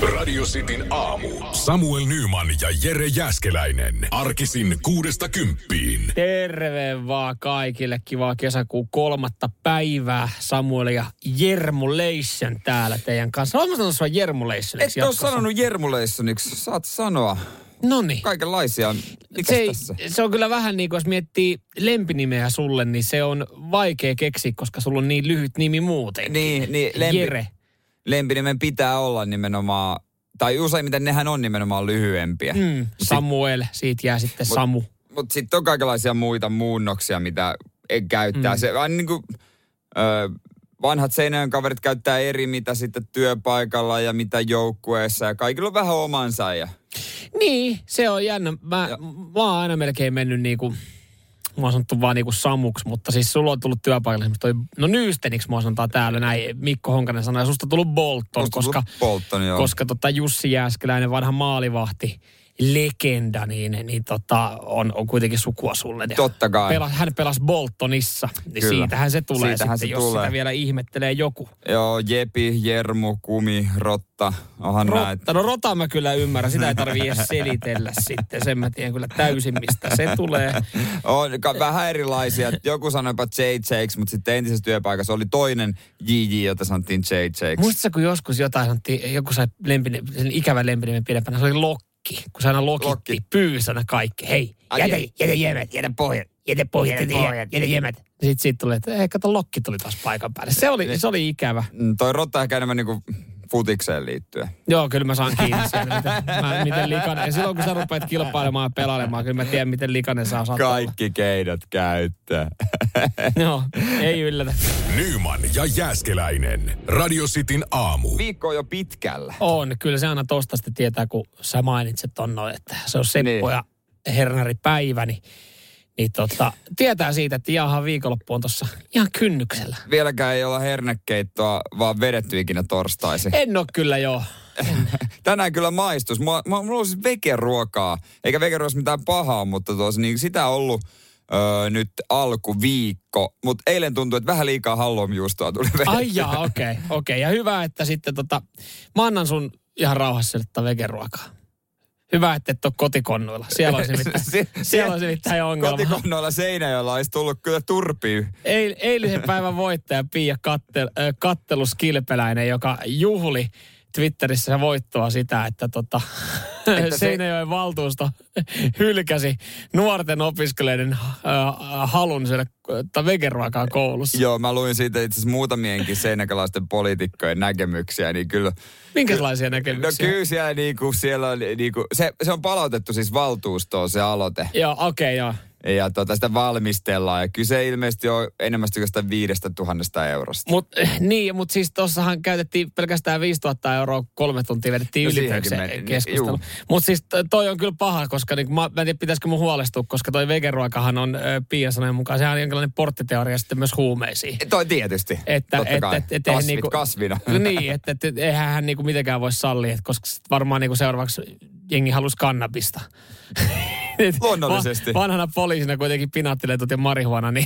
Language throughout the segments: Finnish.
Radio Cityn aamu. Samuel Nyman ja Jere Jääskeläinen. Arkisin 6–10. Terve vaan kaikille. Kivaa kesäkuun 3. päivää. Samuel ja Jermulation täällä teidän kanssa. Olen sanonut sua Jermulationiksi. Et ole sanonut Jermulationiksi. Saat sanoa. Noniin. Kaikenlaisia. Se on kyllä vähän niin kuin, jos miettii lempinimeä sulle, niin se on vaikea keksiä, koska sulla on niin lyhyt nimi muutenkin. Niin Jere. Lempinimen pitää olla nimenomaan, tai useimmiten nehän on nimenomaan lyhyempiä. Samuel, siitä jää sitten Samu. Mutta sitten on kaikenlaisia muita muunnoksia, mitä käyttää. Se aina niin kuin, vanhat Seinäjoen kaverit käyttää eri, mitä sitten työpaikalla ja mitä joukkueessa. Ja kaikilla on vähän omansa. Niin, se on jännä. Mä oon aina melkein mennyt niinku, mä oon sanottu vaan niinku Samuksi, mutta siis sulla on tullut työpaikalle Nyysteniksi mä sanotaan täällä näin. Mikko Honkanen sanoi, ja susta on tullut Bolton, koska Jussi Jääskeläinen, vanha maalivahti, legenda, on kuitenkin sukua sulle. Totta kai. Hän pelasi Boltonissa, niin siitähän se tulee jos sitä vielä ihmettelee joku. Joo, Jepi, Jermu, Kumi, Rotta, onhan näitä. No Rota mä kyllä ymmärrän, sitä ei tarvitse edes selitellä sitten, sen mä tiedän kyllä täysin mistä se tulee. On vähän erilaisia, joku sanoipa JJ:ksi, mutta sitten entisessä työpaikassa oli toinen JJ, jota sanottiin JJ:ksi. Muistatko, kun joskus jotain sanottiin, joku sai sen ikävän lempinimen pidempänä, se oli Lokki. Kun se aina lokitti pyysänä kaikki. Hei, jätä jemät, jätä pohjat, jätä jemät. Sitten siitä tuli, että kato, Lokki tuli taas paikan päälle. Se oli ikävä. Toi Rotta ehkä enemmän niinku futikseen liittyen. Joo, kyllä mä saan kiinni siellä, miten likainen. Ja silloin kun sä rupeat kilpailemaan ja pelailemaan, kyllä mä tiedän, miten likainen saa sattua. Kaikki keinot käyttää. Joo, ei yllätä. Nyman ja Jääskeläinen. Radio Cityn aamu. Viikko on jo pitkällä. On, kyllä se aina tosta sitten tietää, kun sä mainitset noin, että se on Seppo ja Hernari päivä, niin tietää siitä, että jaha, viikonloppu on tuossa ihan kynnyksellä. Vieläkään ei olla hernekeittoa, vaan vedetty ikinä torstaisin. En ole kyllä, joo. Tänään kyllä maistus. Mulla on siis vegeruokaa. Eikä vegeruoassa mitään pahaa, mutta niin sitä on ollut nyt alkuviikko. Mutta eilen tuntui, että vähän liikaa halloumi-juustoa tuli vedettyä. Ai jaa, okei. Ja hyvä, että sitten mä annan sun ihan rauhassa vegeruokaa. Hyvä, että et ole kotikonnoilla. Siellä on nimittäin ongelma. Kotikonnoilla Seinäjoella olisi tullut kyllä turpiin. Eilisen päivän voittaja Pia Kattelus-Kilpeläinen, joka juhli Twitterissä voittoa sitä, että Seinäjoen valtuusto hylkäsi nuorten opiskelijoiden halun syödä vegeruokaa koulussa. Joo, mä luin siitä itse asiassa muutamienkin seinäkalaisten poliitikkojen näkemyksiä, niin kyllä. Minkälaisia näkemyksiä? No kyllä siellä on se on palautettu siis valtuustoon se aloite. Joo, okei, joo. Ja sitä valmistellaan. Ja kyse ilmeisesti on enemmän kuin 5 000 eurosta. Mutta siis tossahan käytettiin pelkästään 5 000 euroa, 3 tuntia vedettiin ylipääkseen keskustelua. Mutta siis toi on kyllä paha, koska mä en tiedä, pitäisikö mun huolestua, koska toi vegeruokahan on Pian sanojen mukaan, sehän on jonkinlainen porttiteoria sitten myös huumeisiin. Toi tietysti, totta kai. Kasvina. Niin, että eihän hän niinku mitenkään voi sallia, koska varmaan niinku seuraavaksi jengi halusi kannabista. Luonnollisesti. Vanhana poliisina kuitenkin pinaattiletut ja marihuana, niin.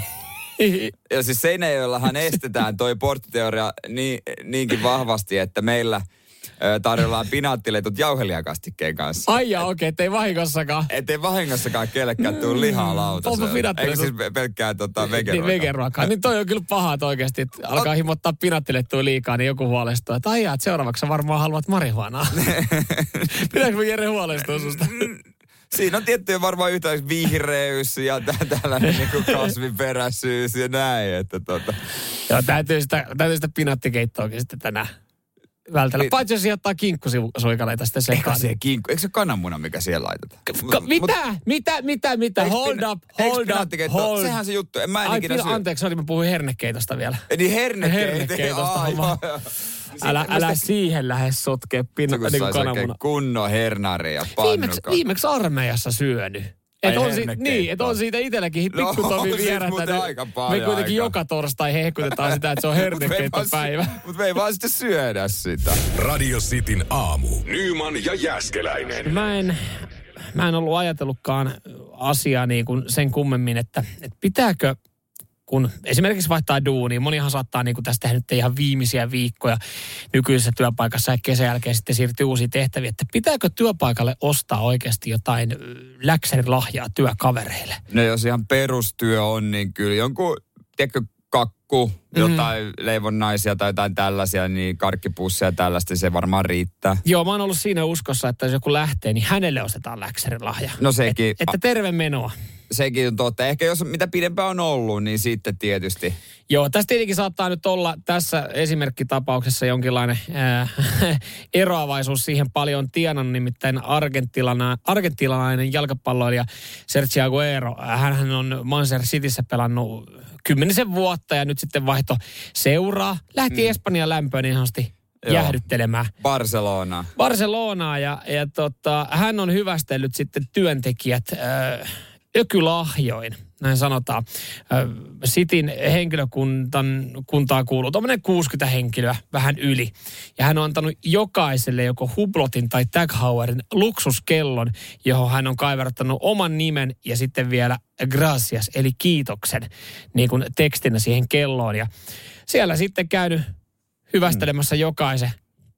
Ja siis Seinäjoellahan estetään toi porttiteoria niinkin vahvasti, että meillä tarjoillaan pinaattiletut jauhelijakastikkeen kanssa. Ai jaa, okei, ettei vahingossakaan. Ettei vahingossakaan kellekään tule lihaa lautasella. Eikä siis pelkkää vegeruokaa. Niin, vegeruokaa. Niin toi on kyllä paha, että oikeasti että alkaa himottaa pinaattilettua liikaa, niin joku huolestuu. Että ai jaa, että seuraavaksi sä varmaan haluat marihuanaa. Pitääkö Jere huolestua susta? Siinä on tiettyjä varmaan yhtä vihreys ja tällainen niin kasviperäisyys ja näin. Että Joo, täytyy sitä pinaattikeittoakin sitten tänään vältellä. Paitsi jos sijoittaa kinkkusuikaleita sitten sekaan. Eikö se kananmuna, mikä siellä laitetaan? Mitä? Hold up. Sehän se juttu. Mä en ikinä syö. Anteeksi, mä puhuin hernekeitosta vielä. Niin hernekeitosta. Älä siihen lähde sotkea niin kananmuna. Kunnon hernari ja pannuka. Viimeksi armeijassa syönyt. Että on siitä itselläkin pikkutovi vierätä. Me kuitenkin joka torstai hehkutetaan sitä, että se on hernekeittopäivä. Mutta me ei vaan sitten syödä sitä. Radio Cityn aamu. Nyman ja Jääskeläinen. Mä en ollut ajatellutkaan asiaa niin kuin sen kummemmin, että pitääkö kun esimerkiksi vaihtaa duunia. Monihan saattaa niin kuin tästä tehdä nyt ihan viimeisiä viikkoja nykyisessä työpaikassa ja kesän jälkeen sitten siirtyy uusiin tehtäviin. Että pitääkö työpaikalle ostaa oikeasti jotain läksärilahjaa työkavereille? No jos ihan perustyö on, niin kyllä jonkun, tiedätkö, kakku, jotain leivonnaisia tai jotain tällaisia, niin karkkipusseja tällaista, se varmaan riittää. Joo, mä oon ollut siinä uskossa, että jos joku lähtee, niin hänelle ostetaan läksärilahja. No sekin. Että terve menoa. Sekin on totta. Ehkä jos mitä pidempään on ollut, niin sitten tietysti. Joo, tässä tietenkin saattaa nyt olla tässä esimerkkitapauksessa jonkinlainen eroavaisuus siihen paljon tienannut, nimittäin argentinalainen jalkapalloilija Sergio Aguero. Hänhän on Manchester Cityssä pelannut 10 vuotta ja nyt sitten vaihto seuraa. Lähti Espanjan lämpöön niin sanotusti jäähdyttelemään. Barcelonaa ja hän on hyvästellyt sitten työntekijät ökylahjoin, näin sanotaan. Cityn henkilökuntaa kuuluu tuommoinen 60 henkilöä, vähän yli. Ja hän on antanut jokaiselle joko Hublotin tai Tag Heuerin luksuskellon, johon hän on kaivertanut oman nimen ja sitten vielä gracias, eli kiitoksen, niin kuin tekstinä siihen kelloon. Ja siellä sitten käynyt hyvästelemässä jokaisen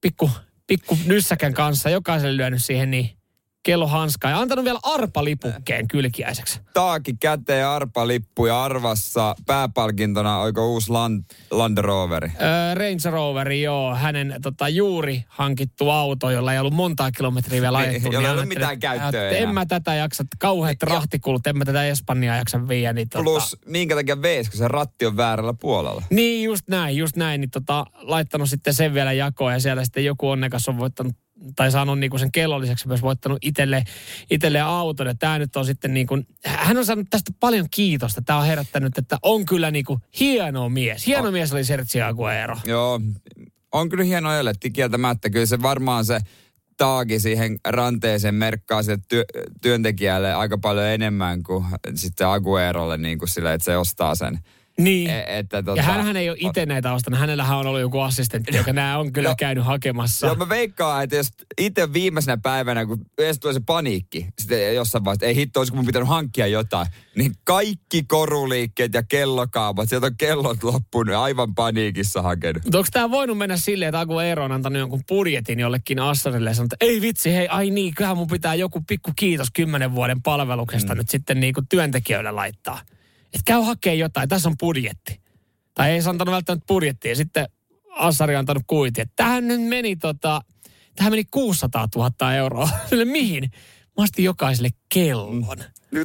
pikku nyssäkän kanssa, jokaiselle lyönyt siihen niin kellohanskaa ja antanut vielä arpalipukkeen kylkiäiseksi. Taaki käteen arpalippu ja arvassa pääpalkintona oiko uusi Land Roveri? Range Roveri, joo. Hänen juuri hankittu auto, jolla ei ollut montaa kilometriä vielä ajettu. Jolla ei ollut mitään käyttöä. En mä tätä jaksa, kauheat rahtikulut, en mä tätä Espanjaa jaksa viedä. Niin plus minkä takia veis, kun se ratti on väärällä puolella. Niin, just näin. Niin laittanut sitten sen vielä jakoon ja siellä sitten joku onnekas on voittanut tai saanut niinku sen kellolliseksi myös voittanut itselleen auton. Ja tämä nyt on sitten niin kuin, hän on saanut tästä paljon kiitosta. Tämä on herättänyt, että on kyllä niinku hieno mies. Hieno mies oli Sergio Aguero. Joo, on kyllä hieno eletti kieltämättä. Kyllä se varmaan se taagi siihen ranteeseen merkkaa sille työntekijälle aika paljon enemmän kuin sitten Aguerolle niin kuin sille, että se ostaa sen. Niin, ja hänhän ei ole itse näitä ostanut. Hänellähän on ollut joku assistentti, joka nämä on kyllä käynyt hakemassa. Joo, mä veikkaan, että jos itse viimeisenä päivänä, kun edes tulee se paniikki, sitten jossain vaiheessa, ei hitto, olisiko mun pitänyt hankkia jotain, niin kaikki koruliikkeet ja kellokaapat, sieltä on kellot loppunut, aivan paniikissa hakenut. Mutta onko tämä voinut mennä silleen, että Aguero on antanut jonkun budjetin jollekin assarille ja sanonut, että ei vitsi, hei, ai niin, kyllähän mun pitää joku pikku kiitos 10 vuoden palveluksesta nyt sitten niin kuin työntekijöille laittaa. Että käy hakee jotain, tässä on budjetti. Tai ei se antanut välttämättä budjettia. Sitten Assari on antanut kuitin. Tähän nyt meni tähän meni 600 000 euroa. Mihin? Mä ostin jokaiselle kellon. Nyt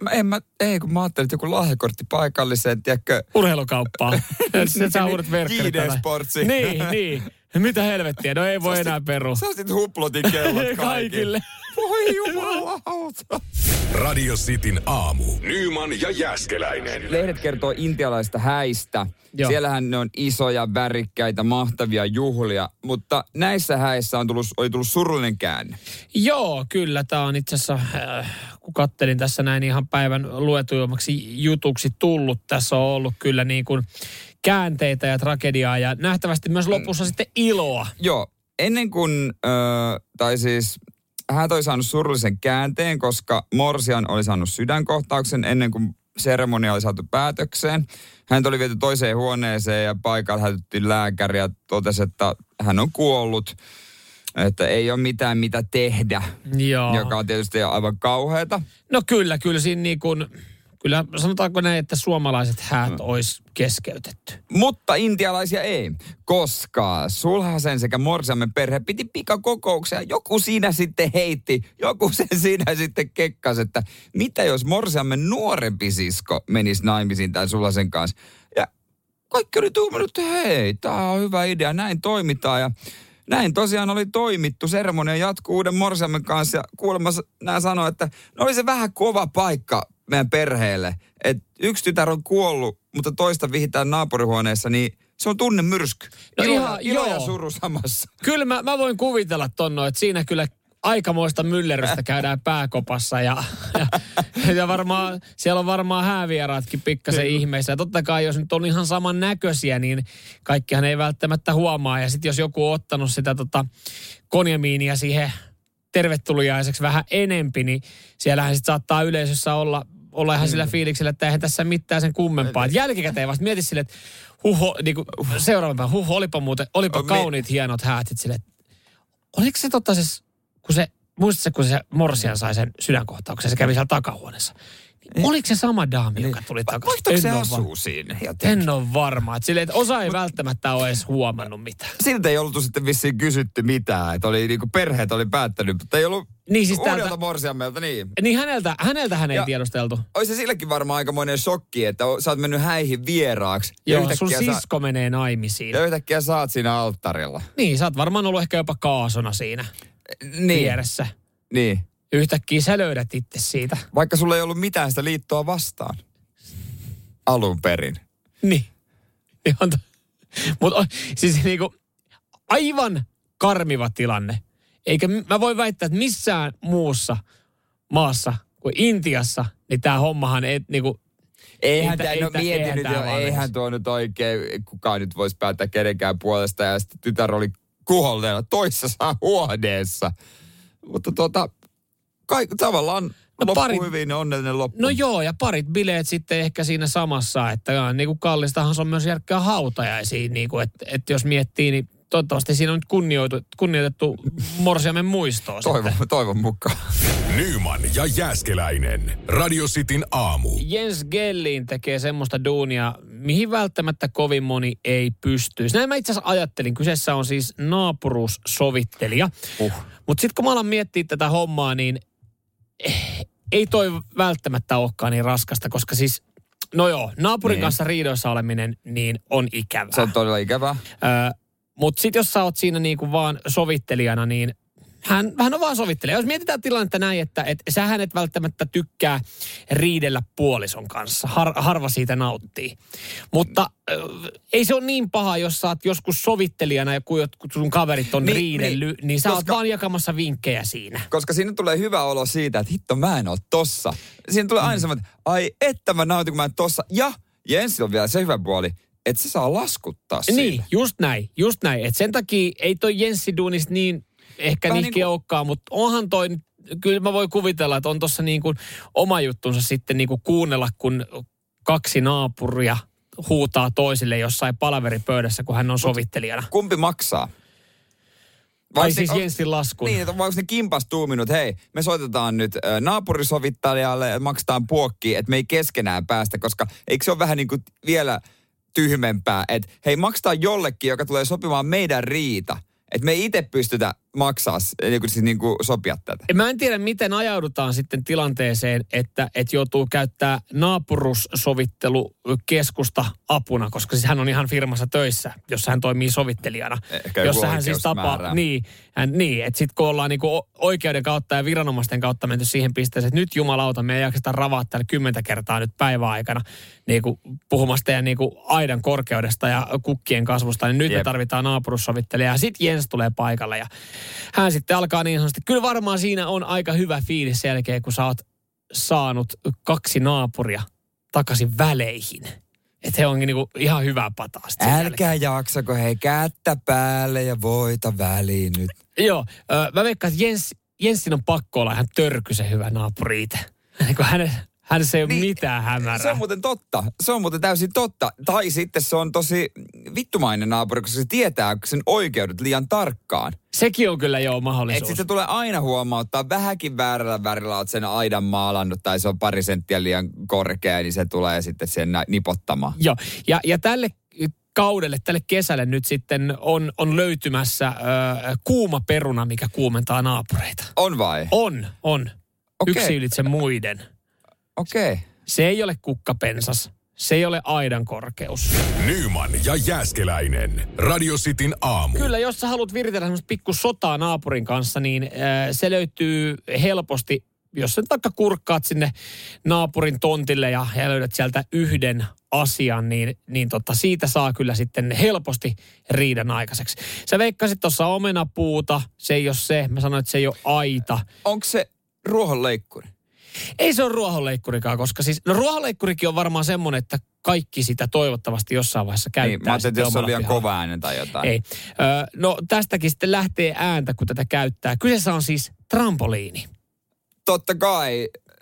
kun mä ajattelin, että joku lahjakortti paikalliseen, tiedätkö? Urheilukauppaan. Se saa uudet verkkarit. JD-sportsi. Niin. Mitä helvettiä? No ei voi enää perua. Sä ostit Huplotin kellot kaikille. Voi jumalauta. Radio Cityn aamu. Nyman ja Jääskeläinen. Lehdet kertoo intialaisista häistä. Joo. Siellähän ne on isoja, värikkäitä, mahtavia juhlia. Mutta näissä häissä oli tullut surullinen käänne. Joo, kyllä. Tämä on itse asiassa, kun kattelin tässä näin ihan päivän luetuimmaksi jutuksi tullut. Tässä on ollut kyllä niin kuin käänteitä ja tragediaa ja nähtävästi myös lopussa sitten iloa. Joo, ennen kuin, hän oli saanut surullisen käänteen, koska morsian oli saanut sydänkohtauksen ennen kuin seremonia oli saatu päätökseen. Hän oli viety toiseen huoneeseen ja paikalla hälytettiin lääkäri ja totesi, että hän on kuollut. Että ei ole mitään mitä tehdä, Joo. Joka on tietysti aivan kauheata. No kyllä siinä niin kuin, kyllä sanotaanko näin, että suomalaiset häät olisi keskeytetty. Mutta intialaisia ei, koska sulhasen sekä morsiamen perhe piti pikakokouksia. Joku siinä sitten heitti, joku sen siinä sitten kekkasi, että mitä jos morsiamen nuorempi sisko menisi naimisiin tämän sulhasen kanssa. Ja kaikki oli tuumannut, että hei, tämä on hyvä idea, näin toimitaan ja näin tosiaan oli toimittu. Seremonia jatkuu uuden morsiamen kanssa ja kuulemma nämä sanoi, että oli se vähän kova paikka meidän perheelle. Että yksi tytär on kuollut, mutta toista vihitään naapurihuoneessa, niin se on tunnemyrsky. Ilo ja suru samassa. Kyllä mä voin kuvitella että siinä kyllä aikamoista myllerrystä käydään pääkopassa ja varmaan, siellä on varmaan häävieraatkin pikkasen ihmeissä. Ja totta kai, jos nyt on ihan saman näköisiä, niin kaikkihan ei välttämättä huomaa. Ja sitten jos joku on ottanut sitä konjamiinia siihen tervetuliaiseksi vähän enempi, niin siellähän sitten saattaa yleisössä olla olla ihan sillä fiiliksellä, että eihän tässä mitään sen kummempaa. Et jälkikäteen vasta mieti silleen, että niinku seuraavan päivän, olipa kauniit hienot häät. Sitten silleen, oliko se muistatko, kun se morsian sai sen sydänkohtauksen, se kävi siellä takahuoneessa. Oliko se sama daami, joka tuli takaisin? Vaihtoiko se asuu siinä? En ole varma. Että osa ei välttämättä ole edes huomannut mitään. Siltä ei oltu sitten vissiin kysytty mitään. Että oli niinku perheet oli päättänyt, mutta ei ollut uudelta morsiammelta, niin. Niin häneltähän ei tiedosteltu. Olisi se sillekin varmaan aikamoinen shokki, että sä oot mennyt häihin vieraaksi. Joo, sun sisko menee naimisiin. Ja yhtäkkiä saat siinä alttarilla. Niin, sä oot varmaan ollut ehkä jopa kaasona siinä vieressä. Niin. Yhtäkkiä sä löydät itse siitä. Vaikka sulla ei ollut mitään sitä liittoa vastaan. Alun perin. Niin. Mutta siis niinku aivan karmiva tilanne. Eikä mä voi väittää, että missään muussa maassa kuin Intiassa, niin tää hommahan ei niinku... Eihän tuo nyt oikein, kukaan nyt voisi päättää kenenkään puolesta. Ja sitten tytär oli kuholleena toisessa huoneessa. Mutta tavallaan loppu hyvin, onnellinen loppu. No joo, ja parit bileet sitten ehkä siinä samassa, että niin kuin kallistahan se on myös järkkää hautajaisiin, niin kuin, että jos miettii, niin toivottavasti siinä on nyt kunnioitettu morsiamen muistoa. Toivon mukaan. Nyman ja Jääskeläinen. Radio Cityn aamu. Jens Gellin tekee semmoista duunia, mihin välttämättä kovin moni ei pystyisi. Näin mä itse asiassa ajattelin. Kyseessä on siis naapuruussovittelija. Mutta sitten kun mä alan miettiä tätä hommaa, niin ei toi välttämättä olekaan niin raskasta, koska siis, no joo, naapurin kanssa riidoissa oleminen niin on ikävää. Se on todella ikävää. Mutta sitten jos sä oot siinä niinku vaan sovittelijana, niin hän on vaan sovittelija. Jos mietitään tilannetta näin, että sähän et välttämättä tykkää riidellä puolison kanssa. Harva siitä nauttii. Mutta ei se ole niin paha, jos sä oot joskus sovittelijana ja kun sun kaverit on riidellyt, niin sä oot vaan jakamassa vinkkejä siinä. Koska siinä tulee hyvä olo siitä, että hitto mä en oo tossa. Siinä tulee aina semmoinen, ai että mä nautin kun mä en tossa. Ja Jens on vielä se hyvä puoli, että se saa laskuttaa siinä. Niin, just näin. Et sen takia ei toi Jenssi duunista niin ehkä niinkin olekaan, mutta onhan toi, kyllä mä voin kuvitella, että on tossa niin kuin oma juttunsa sitten niin kuin kuunnella, kun kaksi naapuria huutaa toisille jossain palaveripöydässä, kun hän on sovittelijana. Kumpi maksaa? Vai siis Jenssin laskun? Niin, että onko ne kimpas tuuminut, hei, me soitetaan nyt naapurisovittelijalle, maksetaan puokkiin, että me ei keskenään päästä, koska eikö se ole vähän niin kuin vielä tyhmempää, että hei, maksetaan jollekin, joka tulee sopimaan meidän riita. Että me ei itse pystytä maksaa, niin kuin sopia tätä. Mä en tiedä, miten ajaudutaan sitten tilanteeseen, että joutuu käyttää naapurussovittelukeskusta apuna, koska siis hän on ihan firmassa töissä, jossa hän toimii sovittelijana. Jossa hän siis tapaa, että sitten kun ollaan niinku oikeuden kautta ja viranomaisten kautta menty siihen pisteeseen, että nyt jumalauta, me ei jakseta ravaa täällä 10 kertaa nyt päivän aikana niinku puhumasta ja niinku aidan korkeudesta ja kukkien kasvusta, niin nyt me tarvitaan naapurussovittelijaa. Ja sitten Jens tulee paikalle ja hän sitten alkaa niin sanotusti. Kyllä varmaan siinä on aika hyvä fiilis sen jälkeen, kun sä oot saanut kaksi naapuria takaisin väleihin. Että he onkin niinku ihan hyvää pataa. Älkää jaksako hei kättä päälle ja voita väliin nyt. Joo, mä veikkaan, että Jenssin on pakko olla ihan törkysen hyvä naapuri itse. Hänessä ei ole mitään hämärää. Se on muuten totta. Se on muuten täysin totta. Tai sitten se on tosi vittumainen naapuri, koska se tietää sen oikeudet liian tarkkaan. Sekin on kyllä jo mahdollisuus. Että sitten tulee aina huomauttaa, vähänkin väärällä värillä olet sen aidan maalannut tai se on pari senttiä liian korkea, niin se tulee sitten sen nipottamaan. Joo, ja tälle kaudelle, tälle kesälle nyt sitten on löytymässä kuuma peruna, mikä kuumentaa naapureita. On vai? On. Okay. Yksi ylitse muiden. Okei. Okay. Se ei ole kukkapensas. Se ei ole aidan korkeus. Nyman ja Jääskeläinen. Radio Cityn aamu. Kyllä, jos sä haluat viritellä semmoista pikku sotaa naapurin kanssa, niin se löytyy helposti, jos sä nyt vaikka kurkkaat sinne naapurin tontille ja löydät sieltä yhden asian, niin siitä saa kyllä sitten helposti riidan aikaiseksi. Sä veikkasit tuossa omenapuuta, se ei ole se. Mä sanoin, että se ei ole aita. Onko se ruohonleikkuri? Ei se ole ruohonleikkurikaan, koska siis, no ruohonleikkurikin on varmaan semmoinen, että kaikki sitä toivottavasti jossain vaiheessa käyttää. Niin, mä ajattelin, että jos se on liian kova äänen tai jotain. Ei. No tästäkin sitten lähtee ääntä, kun tätä käyttää. Kyseessä on siis trampoliini. Totta kai.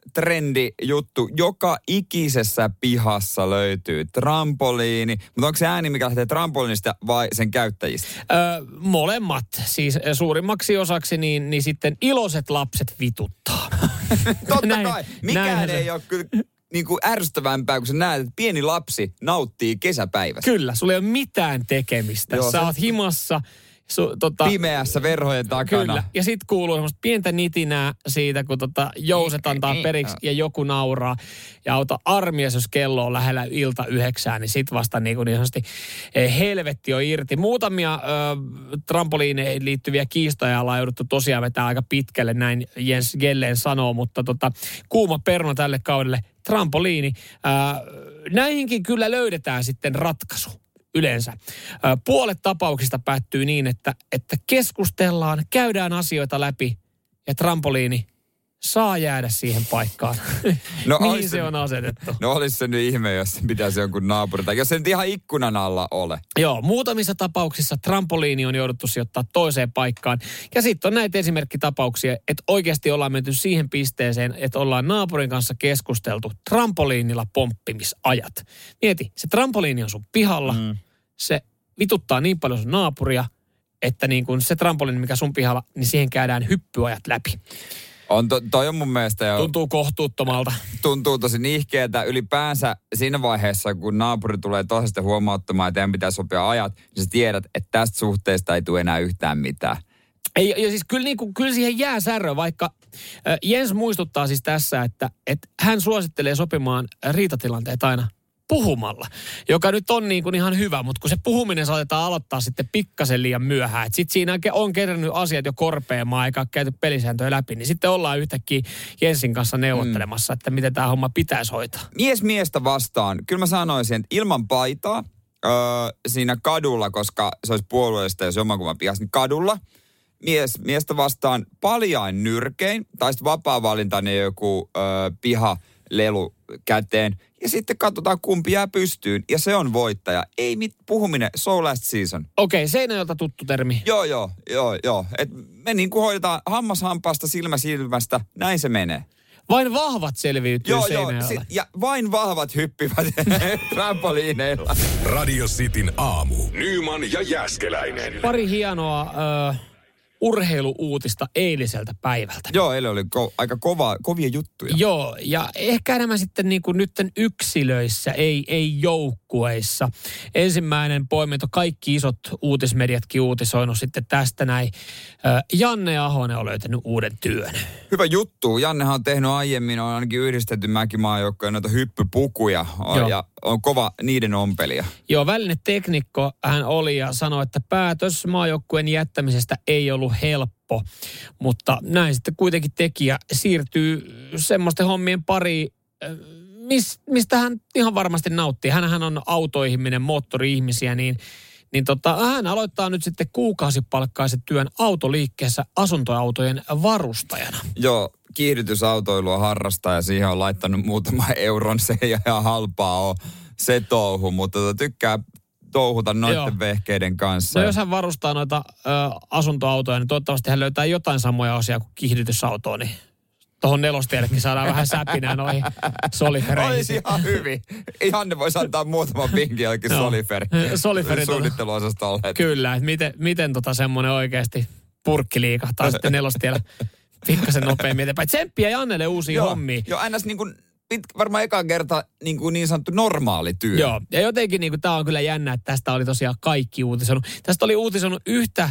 trendijuttu. Joka ikisessä pihassa löytyy trampoliini. Mutta onko se ääni, mikä lähtee trampoliinista vai sen käyttäjistä? Molemmat. Siis suurimmaksi osaksi niin sitten iloiset lapset vituttaa. Totta kai. Mikään ei ole kyllä niin kuin ärsyttävämpää, kun sä näet, että pieni lapsi nauttii kesäpäivästä. Kyllä, sulla ei ole mitään tekemistä. Joo, sä oot himassa. Pimeässä verhojen takana. Kyllä, ja sit kuuluu semmoista pientä nitinää siitä, kun jouset antaa periksi ja joku nauraa. Ja auta armias, jos kello on lähellä ilta 9, niin sit vasta niin sanotusti helvetti on irti. Muutamia trampoliineihin liittyviä kiistoja ollaan jouduttu tosiaan vetää aika pitkälle, näin Jens Gellen sanoo, mutta kuuma peruna tälle kaudelle, trampoliini. Näihinkin kyllä löydetään sitten ratkaisu. Yleensä. Puolet tapauksista päättyy niin, että keskustellaan, käydään asioita läpi ja trampoliini saa jäädä siihen paikkaan. No, mihin se on asetettu. No olisi se nyt ihme, jos pitäisi jonkun naapuri, tai jos se nyt ihan ikkunan alla ole. Joo, muutamissa tapauksissa trampoliini on jouduttu sijoittaa toiseen paikkaan. Ja sitten on näitä esimerkkitapauksia, että oikeasti ollaan menty siihen pisteeseen, että ollaan naapurin kanssa keskusteltu trampoliinilla pomppimisajat. Mieti, se trampoliini on sun pihalla, se vituttaa niin paljon sun naapuria, että niin kun se trampoliini, mikä sun pihalla, niin siihen käydään hyppyajat läpi. Toi on mun mielestä jo... Tuntuu kohtuuttomalta. Tuntuu tosi nihkeetä. Ylipäänsä siinä vaiheessa, kun naapuri tulee toisesta huomauttamaan, että teidän pitää sopia ajat, niin sä tiedät, että tästä suhteesta ei tule enää yhtään mitään. Ja siis kyllä siihen jää särö, vaikka Jens muistuttaa siis tässä, että hän suosittelee sopimaan riitatilanteet aina puhumalla, joka nyt on niin kuin ihan hyvä, mutta kun se puhuminen saatetaan aloittaa sitten pikkasen liian myöhään, että sitten siinä on kerännyt asiat jo korpeamaan, eikä ole käyty pelisääntöjä läpi, niin sitten ollaan yhtäkkiä Jensin kanssa neuvottelemassa, että miten tämä homma pitäisi hoitaa. Mies miestä vastaan. Kyllä mä sanoisin, että ilman paitaa siinä kadulla, koska se olisi puolueellista, jos jommankumman pihassa, niin kadulla miestä vastaan paljain nyrkein, tai sitten vapaa-valintainen joku pihalelu käteen. Ja sitten katsotaan, kumpi jää pystyyn. Ja se on voittaja. Ei puhuminen, so last season. Okei, Seinäjoelta tuttu termi. Joo. Et me niin kuin hoidetaan hammas hampaasta, silmä silmästä. Näin se menee. Vain vahvat selviytyy Seinäjoella. Ja vain vahvat hyppivät trampoliineilla. Radio Cityn aamu. Nyman ja Jääskeläinen. Pari hienoa urheiluuutista eiliseltä päivältä. Joo, eilen oli aika kovia juttuja. Joo, ja ehkä enemmän sitten niin kuin nytten yksilöissä, ei joukkueissa. Ensimmäinen poiminto, kaikki isot uutismediatkin uutisoinut sitten tästä näin. Janne Ahonen on löytänyt uuden työn. Hyvä juttu. Jannehan on tehnyt aiemmin, on ainakin yhdistetty mäkimaajoukkoja noita hyppypukuja ja on kova niiden ompelija. Joo, välineteknikko hän oli ja sanoi, että päätös maajoukkueen jättämisestä ei ollut helppo, mutta näin sitten kuitenkin tekijä siirtyy semmoisten hommien pariin, mistä hän ihan varmasti nauttii. Hänhän on autoihminen, moottori-ihmisiä, niin hän aloittaa nyt sitten kuukausipalkkaisen työn autoliikkeessä asuntoautojen varustajana. Joo, kiihdytysautoilua harrastaa ja siihen on laittanut muutama euron, se ei ihan halpaa ole se touhu, mutta tykkää touhuta noiden vehkeiden kanssa. No jos hän varustaa noita asuntoautoja, niin toivottavasti hän löytää jotain samoja osia kuin kiihdytysautoa, niin tuohon nelostiellekin saadaan vähän säpinää noihin solifereihin. Olisi ihan hyvin. Janne voisi antaa muutaman vinkin jälkeen soliferin suunnitteluosastolle. Kyllä, että miten semmoinen oikeasti purkki liikahtaa sitten nelostiellä pikkasen nopeammin eteenpäin. Tsemppiä Jannelle uusia hommia. Joo, ns. Niin kuin varmaan eka kerta niin sanottu normaali työ. Joo, ja jotenkin tämä on kyllä jännä, että tästä oli tosiaan kaikki uutisoinut. Tästä oli uutisoinut yhtä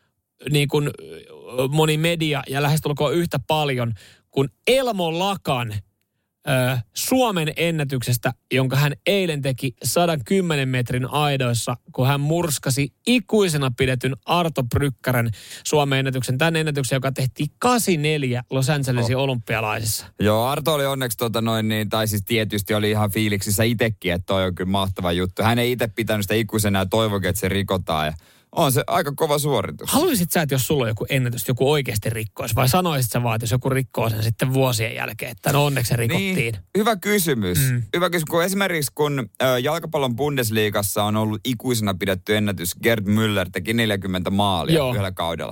moni media ja lähestulkoon yhtä paljon kuin Elmo Lakan Suomen ennätyksestä, jonka hän eilen teki 110 metrin aidoissa, kun hän murskasi ikuisena pidetyn Arto Brykkären Suomen ennätyksen. Tämän ennätyksen, joka tehtiin 84 Los Angelesin olympialaisissa. Joo, Arto oli onneksi tai siis tietysti oli ihan fiiliksissä itsekin, että toi on kyllä mahtava juttu. Hän ei itse pitänyt sitä ikuisena ja toivokin, että se rikotaan ja on se aika kova suoritus. Haluaisit sä, että jos sulla on joku ennätys, joku oikeasti rikkoisi, vai sanoisit sä vaan, että jos joku rikkoo sen sitten vuosien jälkeen, että no onneksi se rikottiin? Niin, hyvä kysymys. Hyvä kysymys, kun esimerkiksi kun jalkapallon Bundesliigassa on ollut ikuisena pidetty ennätys, Gerd Müller teki 40 maalia yhdellä kaudella.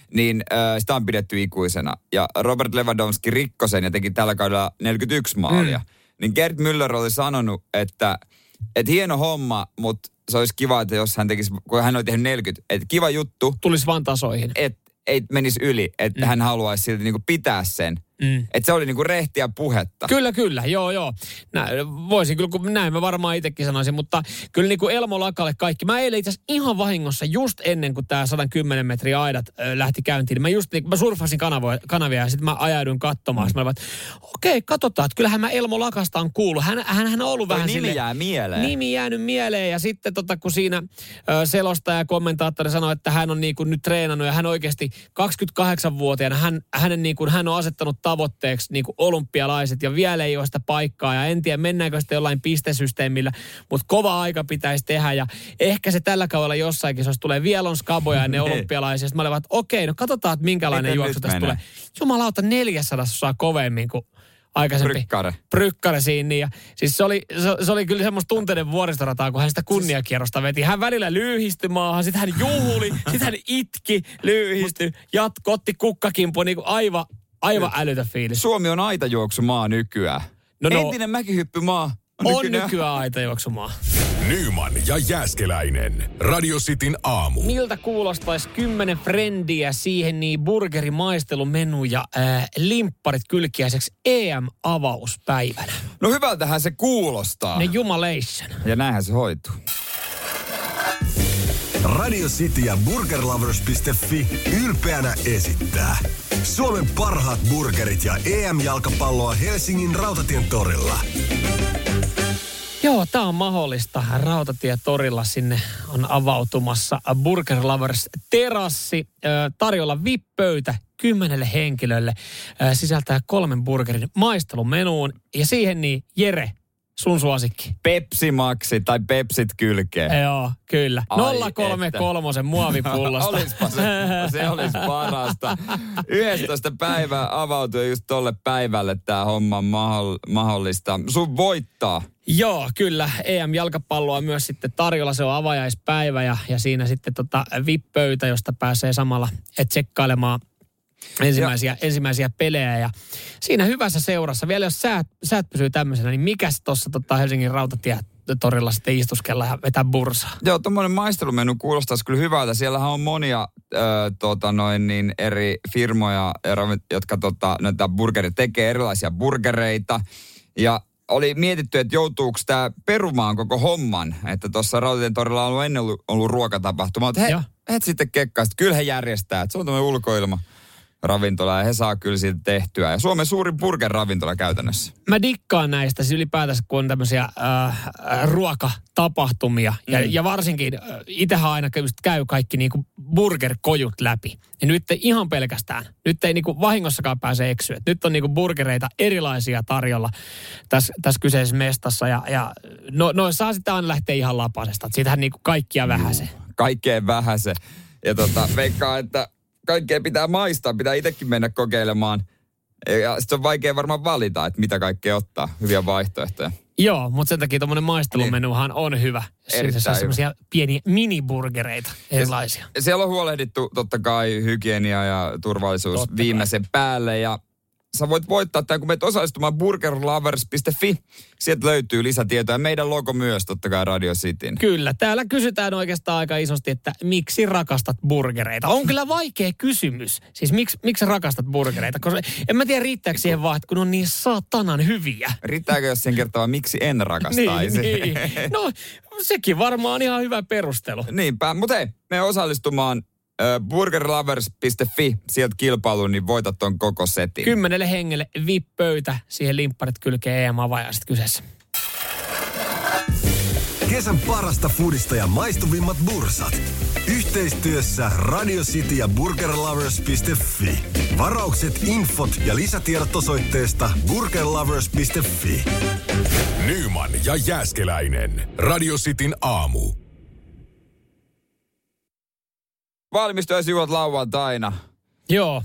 niin sitä on pidetty ikuisena. Ja Robert Lewandowski rikkoi sen ja teki tällä kaudella 41 maalia. Niin Gerd Müller oli sanonut, että hieno homma, mutta se olisi kiva, että jos hän tekisi, kun hän oli tehnyt 40, että kiva juttu. Tulisi vaan tasoihin. Että ei menisi yli, että hän haluaisi silti niinku pitää sen. Että se oli niinku rehtiä puhetta. Kyllä, joo. Voisin kyllä, kun näin mä varmaan itsekin sanoisin, mutta kyllä niinku Elmo Lakalle kaikki. Mä eilen itse asiassa ihan vahingossa just ennen kuin tää 110 metriä aidat lähti käyntiin. Mä surffasin kanavia ja sitten mä ajaudun katsomaan. Sitten mä olin, että okei, katsotaan, että kyllähän mä Elmo Lakasta on kuullut. Hän on ollut vähän nimi jää mieleen. Nimi jäänyt mieleen ja sitten kun siinä selostaja ja kommentaattori sanoi, että hän on niinku nyt treenannut ja hän oikeasti 28-vuotiaana, hän on asettanut tavoitteeksi niin kuin olympialaiset ja vielä ei ole sitä paikkaa ja en tiedä mennäänkö sitten jollain pistesysteemillä, mutta kova aika pitäisi tehdä ja ehkä se tällä kaudella jossainkin, jos tulee vielä on skaboja ennen olympialaisia. Sitten mä olin, että okei, no katsotaan, että minkälainen juoksu tästä tulee. Jumalauta 400 kovemmin kuin aikaisempi. Brykkare siinä. Ja siis se oli kyllä semmoista tunteiden vuoristorataa, kun hän sitä kunniakierrosta veti. Hän välillä lyyhistyi maahan, sitten hän juhuli, sitten hän itki, lyyhistyi, otti kukkakimpua, niin kuin aivan älytä fiilis. Suomi on aitajuoksumaa nykyään. Entinen mäkihyppymaa on nykyään aitajuoksumaa. Nyman ja Jääskeläinen. Radio Cityn aamu. Miltä kuulostaisi 10 frendiä siihen niin burgerimaistelumenu ja limpparit kylkiäiseksi EM-avauspäivänä? No hyvältähän se kuulostaa. Ne jumalation. Ja näinhän se hoituu. Radio City ja burgerlovers.fi ylpeänä esittää Suomen parhaat burgerit ja EM-jalkapalloa Helsingin Rautatien torilla. Joo, tää on mahdollista. Rautatietorilla sinne on avautumassa Burger Lovers terassi. Tarjolla VIP-pöytä 10 henkilölle. Sisältää 3 burgerin maistelumenuun. Ja siihen niin, Jere, sun suosikki. Pepsi Maxi tai Pepsit kylkeen. Joo, kyllä. 033 muovipullosta. Se olisi parasta. 11 päivää avautui just tolle päivälle tää homma mahdollista. Sun voittaa. Joo, kyllä. EM-jalkapalloa myös sitten tarjolla. Se on avajaispäivä ja siinä sitten VIP-pöytä, josta pääsee samalla tsekkailemaan ensimmäisiä pelejä. Ja siinä hyvässä seurassa, vielä jos säät pysyy tämmöisenä, niin mikäs tuossa Helsingin Rautatietorilla sitten istuskella ja vetää bursaa? Joo, tommoinen maistelumenu kuulostaisi kyllä hyvältä. Siellähän on monia eri firmoja, jotka näitä burgereita tekee, erilaisia burgereita. Ja oli mietitty, että joutuuko tämä perumaan koko homman, että tuossa Rautatietorilla on ennen ollut ruokatapahtuma. Mutta he sitten kekkaiset, kyllä he järjestää, että se on tämmöinen ulkoilma ravintola ja he saa kyllä siitä tehtyä. Ja Suomen suurin burger-ravintola käytännössä. Mä dikkaan näistä siis ylipäätänsä, kun on tämmöisiä ruokatapahtumia. Ja varsinkin itsehän aina käy kaikki niinku burgerkojut läpi. Ja nyt ihan pelkästään. Nyt ei niinku vahingossakaan pääse eksyä. Nyt on niinku burgereita erilaisia tarjolla tässä kyseisessä mestassa. Ja saa sitten aina lähteä ihan lapasesta. Siitähän niinku kaikkia vähäse. Kaikkeen vähäse. Ja veikkaa, että kaikkea pitää maistaa, pitää itsekin mennä kokeilemaan. Ja sitten on vaikea varmaan valita, että mitä kaikkea ottaa, hyviä vaihtoehtoja. Joo, mutta sen takia tuommoinen maistelumenuhan on hyvä. Siinä on semmoisia pieniä miniburgereita erilaisia. Siellä on huolehdittu totta kai hygienia ja turvallisuus viimeisen päälle. Ja sä voit voittaa tämän, kun menet osallistumaan burgerlovers.fi. Sieltä löytyy lisätietoja. Ja meidän logo myös, totta kai Radio Cityn. Kyllä. Täällä kysytään oikeastaan aika isosti, että miksi rakastat burgereita? On kyllä vaikea kysymys. Siis miksi rakastat burgereita? Koska en mä tiedä, riittääkö siihen vaan, että kun on niin saatanan hyviä. Riittääkö, jos siihen kertoo, miksi en rakastaisi? niin. No, sekin varmaan on ihan hyvä perustelu. Niinpä. Mutta hei, me osallistumaan burgerlovers.fi, sieltä kilpailuun, niin voitat ton koko setin. 10 hengelle VIP-pöytä, siihen limpparit kylkeen EM-avajaiset kyseessä. Kesän parasta foodista ja maistuvimmat bursat. Yhteistyössä Radio City ja burgerlovers.fi. Varaukset, infot ja lisätiedot osoitteesta burgerlovers.fi. Nyman ja Jääskeläinen. Radio Cityn aamu. Valmistujaisjuhlat lauantaina. Joo.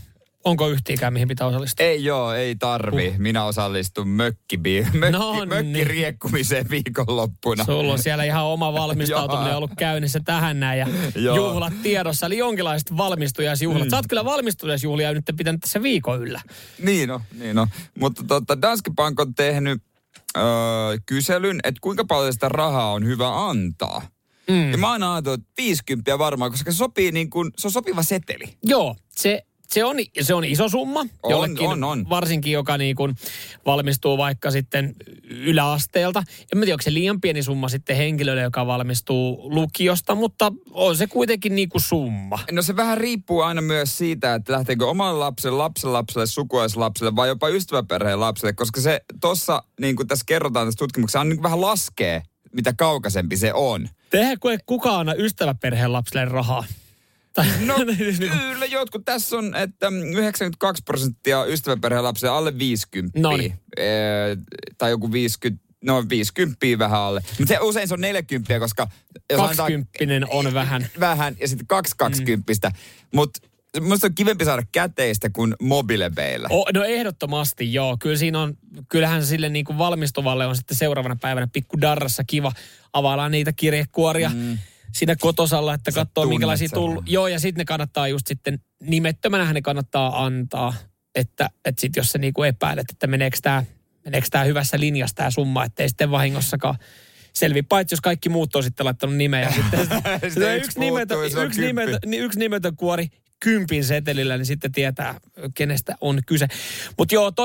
Onko yhtiikään, mihin pitää osallistua? Ei tarvi. Minä osallistun mökkiriekkumiseen viikonloppuna. Sulla on siellä ihan oma valmistautuminen ollut käynnissä tähän näin ja juhlat tiedossa. Eli jonkinlaiset valmistujaisjuhlat. Sä oot kyllä valmistujaisjuhlia nyt pitänyt tässä viikon yllä. Niin on. Mutta Danske Bank on tehnyt kyselyn, että kuinka paljon sitä rahaa on hyvä antaa. Ja mä oon ajatellut, että 50 varmaan, koska se sopii se on sopiva seteli. Joo, se on iso summa jollekin, on. varsinkin joka niin kuin valmistuu vaikka sitten yläasteelta. En mä tiedä, onko se liian pieni summa sitten henkilölle, joka valmistuu lukiosta, mutta on se kuitenkin niin kuin summa. No se vähän riippuu aina myös siitä, että lähteekö oman lapselle, sukulaislapselle vai jopa ystäväperheen lapselle, koska se tuossa, niin kuin tässä kerrotaan tässä tutkimuksessa, on niin kuin vähän laskee, mitä kaukaisempi se on. Tehdään kukaan ystäväperheen lapselle rahaa. No kyllä, jotkut tässä on, että 92% ystäväperheen lapsia alle 50. Noniin. Tai joku 50, 50 vähän alle. Mutta usein se on 40, koska... 20 on vähän. Vähän, ja sitten 20. Mutta musta on kivempi saada käteistä kuin mobilepeillä. No ehdottomasti joo. Kyllähän sille niin kuin valmistuvalle on sitten seuraavana päivänä pikku darrassa kiva availla niitä kirjekuoria. Siinä kotosalla, että katsoo minkälaisia tullut. Joo, ja sitten ne kannattaa just sitten, nimettömänähän ne kannattaa antaa, että sitten jos sä niinku epäilet, että meneekö tää hyvässä linjassa tää summa, ettei sitten vahingossakaan selvi. Paitsi jos kaikki muut on sitten laittanut nimeä. Ja sitten yksi nimetön kuori 10 setelillä, niin sitten tietää, kenestä on kyse. Mutta joo,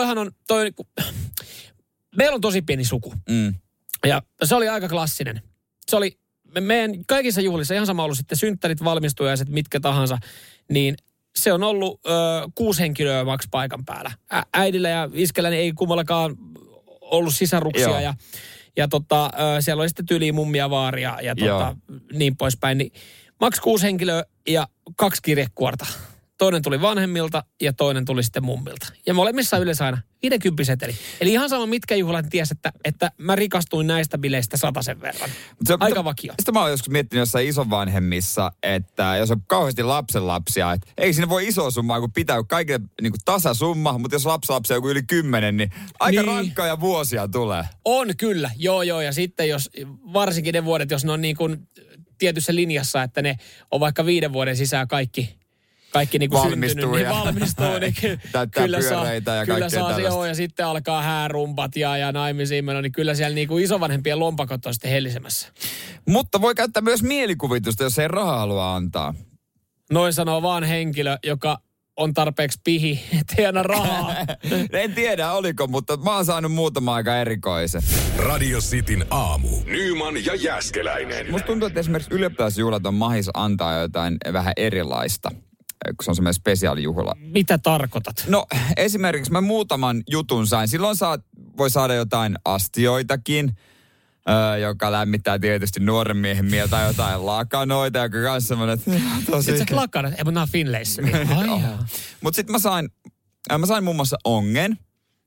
meillä on tosi pieni suku. Ja se oli aika klassinen. Se oli meidän kaikissa juhlissa, ihan sama ollut sitten synttärit, valmistujaiset, mitkä tahansa, niin se on ollut 6 henkilöä maks paikan päällä. Äidillä ja iskelläni ei kummallakaan ollut sisaruksia ja siellä oli sitten tyyliin mummia, vaaria ja niin poispäin. Niin maks 6 henkilöä ja 2 kirjekuorta. Toinen tuli vanhemmilta ja toinen tuli sitten mummilta. Ja molemmissa yleensä aina 50 seteli. Eli ihan sama mitkä juhlat ties, että mä rikastuin näistä bileistä 100 verran. Aika vakio. Sitten mä oon joskus miettinyt jossain isovanhemmissa, että jos on kauheasti lapsenlapsia, että ei siinä voi iso summaa, kun pitää kaikille niin kuin tasasumma, mutta jos lapsenlapsia on joku yli 10, niin aika rankkoja vuosia tulee. On kyllä, joo. Ja sitten jos, varsinkin ne vuodet, jos ne on niin kuin tietyssä linjassa, että ne on vaikka 5 vuoden sisään kaikki niin kuin syntynyt, niin valmistuu. Niin kyllä pyöreitä ja kaikkea tällaista. Joo, ja sitten alkaa häärumpat ja naimisiin meno, niin kyllä siellä niin kuin isovanhempien lompakot on sitten hellisemässä. Mutta voi käyttää myös mielikuvitusta, jos ei rahaa halua antaa. Noin sanoo vaan henkilö, joka on tarpeeksi pihi, tienaa rahaa. En tiedä oliko, mutta mä oon saanut muutama aika erikoisen. Radio Cityn aamu. Nyman ja Jääskeläinen. Musta tuntuu, että esimerkiksi ylioppilasjuhlat on mahis antaa jotain vähän erilaista, kun se on semmoinen spesiaalijuhla. Mitä tarkoitat? No esimerkiksi mä muutaman jutun sain. Silloin voi saada jotain astioitakin, joka lämmittää tietysti nuoren miehen mieltä, tai jotain lakanoita, joka kanssa semmoinen, että tosi... Sitten lakanat, ei mun nää Finlayssa. Mutta sitten mä sain muun muassa ongen,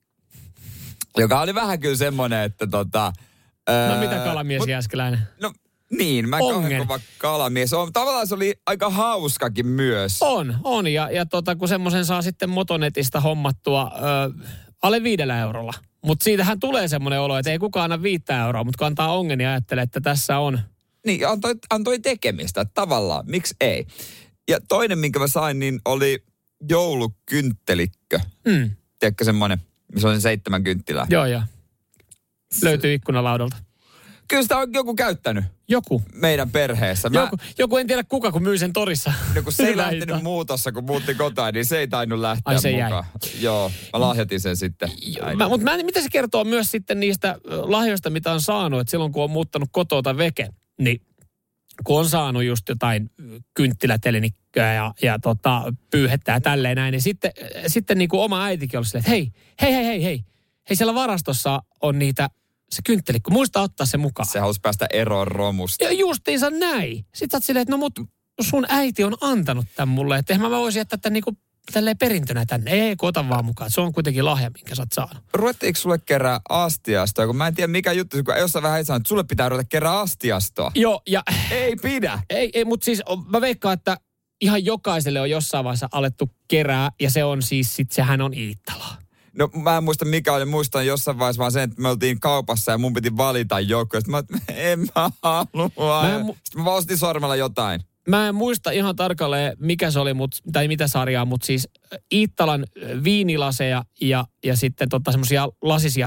joka oli vähän kyllä semmoinen, että no mitä kalamies Jääskeläinen? No niin, mä kauhean kova kalamies. Tavallaan se oli aika hauskakin myös. On. Ja kun semmoisen saa sitten motonetista hommattua alle 5 eurolla. Mutta siitähän tulee semmoinen olo, että ei kukaan anna 5 euroa, mutta kun antaa ongen ja ajattelee, että tässä on. Niin, antoi tekemistä tavallaan. Miksi ei? Ja toinen, minkä mä sain, niin oli joulukynttelikö. Tiedätkö semmoinen, missä on se 7 kynttilää? Joo. Löytyy ikkunalaudalta. Kyllä sitä on joku käyttänyt. Joku. Meidän perheessä. Joku en tiedä kuka, kun myy sen torissa. No kun se ei lähtenyt muutossa, kun muutti kotiin, niin se ei tainnut lähteä se mukaan. Jäi. Joo, mä lahjoitin sen sitten. Mutta mitä se kertoo myös sitten niistä lahjoista, mitä on saanut, että silloin kun on muuttanut kotoa tai veke, niin kun on saanut just jotain kynttilätelinikköä ja pyyhettä ja tälleen näin, niin sitten niin kuin oma äitikin oli silleen, että hei, siellä varastossa on niitä se kynttelikko, muista ottaa se mukaan. Se halusi päästä eroon romusta. Ja justiinsa näin. Sitten sä oot silleen, että no mut sun äiti on antanut tän mulle, että eihän mä voisin jättää tän niinku tälleen perintönä tänne. Ei, kun ota vaan mukaan. Se on kuitenkin lahja, minkä sä oot saanut. Ruvettiinko sulle kerää astiastoa? Kun mä en tiedä mikä juttu, kun jossain vähän sanoo, että sulle pitää ruveta kerää astiastoa. Joo, ja... Ei pidä. Ei, mutta siis mä veikkaan, että ihan jokaiselle on jossain vaiheessa alettu kerää, ja se on siis, sehän on Iittala. No mä en muista mikä oli, muistan jossain vaiheessa vaan sen, että me oltiin kaupassa ja mun piti valita joku. Sitten en mä halua. Sitten mä vaan ostin sormella jotain. Mä en muista ihan tarkalleen, mikä se oli, tai mitä sarjaa, mutta siis Iittalan viinilaseja ja sitten semmoisia lasisia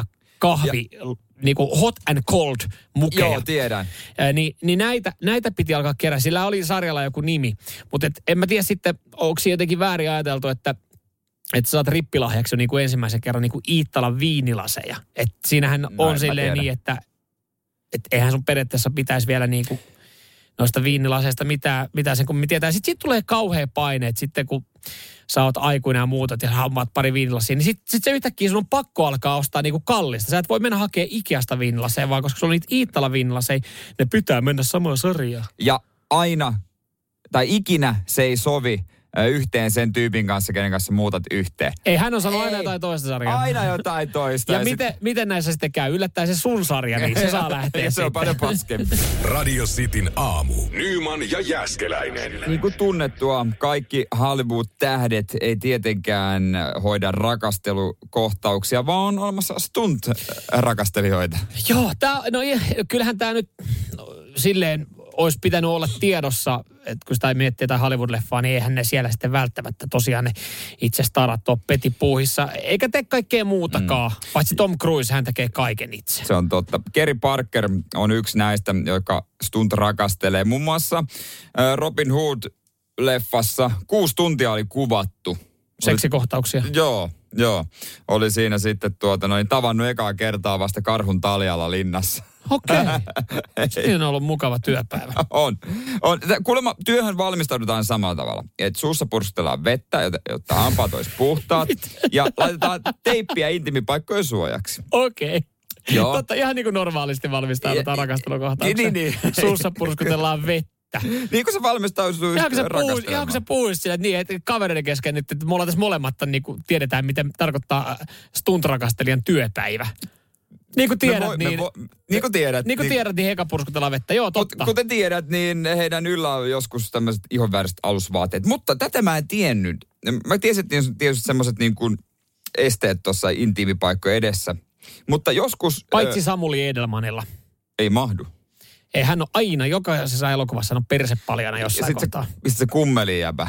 niinku hot and cold mukeja. Joo, tiedän. Niin näitä piti alkaa kerää. Sillä oli sarjalla joku nimi. Mutta en mä tiedä sitten, onko siinä jotenkin väärin ajateltu, että saat rippilahjaksi jo niinku ensimmäisen kerran niinku Iittalan viinilaseja. Että siinähän on silleen niin, että eihän sun periaatteessa pitäisi vielä niinku noista viinilaseista mitä sen kun me tietää. Sitten tulee kauhea paine, että sitten kun sä oot aikuinen ja muutat ja hammaat pari viinilasia, niin sitten se yhtäkkiä sun on pakko alkaa ostaa niinku kallista. Sä et voi mennä hakemaan Ikeasta viinilaseja, vaan koska sulla on niitä Iittalan viinilaseja, ne pitää mennä samaan sarjaan. Ja aina, tai ikinä se ei sovi yhteen sen tyypin kanssa, kenen kanssa muutat yhteen. Ei, hän on sanonut aina jotain toista sarjaa. Aina jotain toista. Ja miten näissä sitten käy? Yllättää se sun sarja, niin se saa lähteä. Ja se on paljon paskempi. Radio Cityn aamu. Nyman ja Jääskeläinen. Niin kuin tunnettua, kaikki Hollywood-tähdet ei tietenkään hoida rakastelukohtauksia, vaan on olemassa stunt-rakastelijoita. Joo, kyllähän tämä nyt silleen olisi pitänyt olla tiedossa, että kun sitä miettii jotain Hollywood-leffaa, niin eihän ne siellä sitten välttämättä tosiaan ne itse starat ole petipuuhissa, eikä tee kaikkea muutakaan, paitsi Tom Cruise, hän tekee kaiken itse. Se on totta. Kerry Parker on yksi näistä, joka stunt rakastelee. Muun muassa Robin Hood-leffassa 6 tuntia oli kuvattu. Seksikohtauksia. Joo. Oli siinä sitten tavannut ekaa kertaa vasta karhun taljalla linnassa. Okei. Siinä on ollut mukava työpäivä. On. Kuulemma työhön valmistaudutaan samalla tavalla. Että suussa pursutellaan vettä, jotta hampaat olisi puhtaat. Ja laitetaan teippiä intiimipaikkojen suojaksi. Okei. Joo. Totta, ihan niin kuin normaalisti valmistaudutaan rakastelukohtaukseen. Niin. Suussa purskutellaan vettä. Niin kuin se valmistautuu rakastelemaan. Ihan kun se puhuisi sillä, että kavereiden kesken, että me ollaan tässä molemmat, niin kuin tiedetään, mitä tarkoittaa stunt-rakastelijan työpäivä. Niin kuin tiedät, niin heka purskutellaan vettä. Joo, totta. Kuten tiedät, niin heidän yllä on joskus tämmöiset ihonväriset alusvaatteet. Mutta tätä mä en tiennyt. Mä tiesin, että tietysti semmoiset niin kuin esteet tuossa intiimipaikkojen edessä. Mutta joskus... Paitsi Samuli Edelmanilla. Ei mahdu. Ei, hän on aina, jokaisessa elokuvassa on persepaljana jossain kohtaa. Mistä se kummeli jäbä?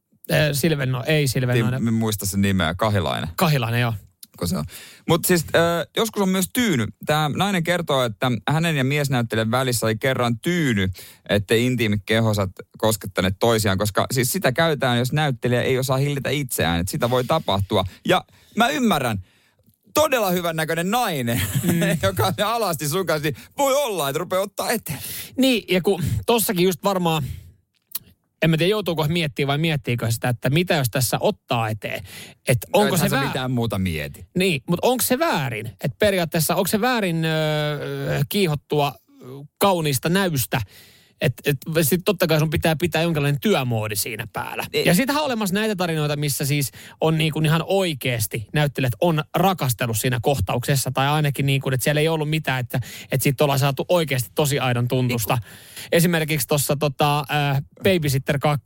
Silvennoinen. En muista sen nimeä, Kahilainen. Kahilainen, joo. Mutta siis joskus on myös tyyny. Tämä nainen kertoo, että hänen ja miesnäyttelijän välissä oli kerran tyyny, ettei intiimit kehosat koskettaneet toisiaan, koska siis sitä käytetään, jos näyttelijä ei osaa hillitä itseään, että sitä voi tapahtua. Ja mä ymmärrän, todella hyvän näköinen nainen, joka on alasti sun kanssa, niin voi olla, että rupeaa ottaa eteen. Niin, ja kun tossakin just varmaan, en mä tiedä joutuuko miettimään vai miettiikö sitä, että mitä jos tässä ottaa eteen. Että onko se väärin? Mitään muuta mieti. Niin, mutta onko se väärin? Että periaatteessa onko se väärin kiihottua kauniista näystä? Että sitten totta kai sun pitää jonkinlainen työmoodi siinä päällä. Ja siitähän on olemassa näitä tarinoita, missä siis on niin kuin ihan oikeasti näyttelijät on rakastellut siinä kohtauksessa. Tai ainakin niin kuin, että siellä ei ollut mitään, että siitä ollaan saatu oikeasti tosi aidon tuntusta. Esimerkiksi tuossa Babysitter 2.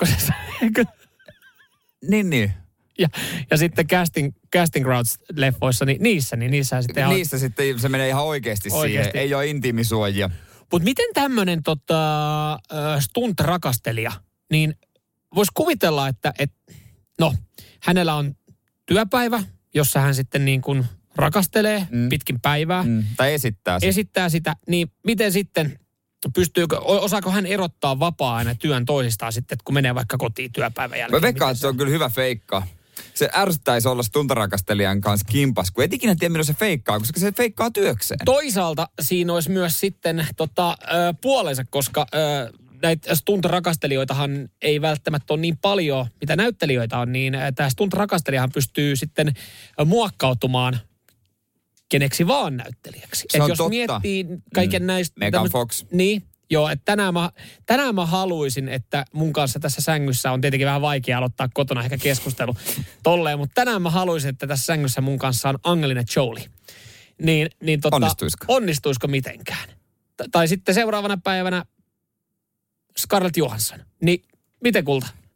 Niin. Ja sitten Casting Crowds-leffoissa, niin niissä sitten... Niissä sitten se menee ihan oikeasti siihen. Ei ole intiimisuojia. Mutta miten tämmöinen stunt-rakastelija, niin voisi kuvitella, että hänellä on työpäivä, jossa hän sitten niin kuin rakastelee pitkin päivää. Tai esittää sitä. Niin miten sitten, osaako hän erottaa vapaa-ajan työn toisistaan sitten, kun menee vaikka kotiin työpäivän jälkeen? Mä veikkaan, että se on kyllä hyvä feikka. Se ärsyttäisi olla stuntarakastelijan kanssa kimpas, kun et ikinä tiedä, milloin se feikkaa, koska se feikkaa työkseen. Toisaalta siinä olisi myös sitten puolensa, koska näitä stunt-rakastelijoitahan ei välttämättä ole niin paljon, mitä näyttelijöitä on, niin tämä stunt-rakastelijahan pystyy sitten muokkautumaan keneksi vaan näyttelijäksi. Se on jos totta. Miettii kaiken näistä... Megan Fox. Niin. Joo, että tänään mä haluaisin, että mun kanssa tässä sängyssä on tietenkin vähän vaikea aloittaa kotona ehkä keskustelu tolleen, mutta tänään mä haluaisin, että tässä sängyssä mun kanssa on Angelina Jolie. Onnistuisiko mitenkään? Tai sitten seuraavana päivänä Scarlett Johansson. Niin miten kulta?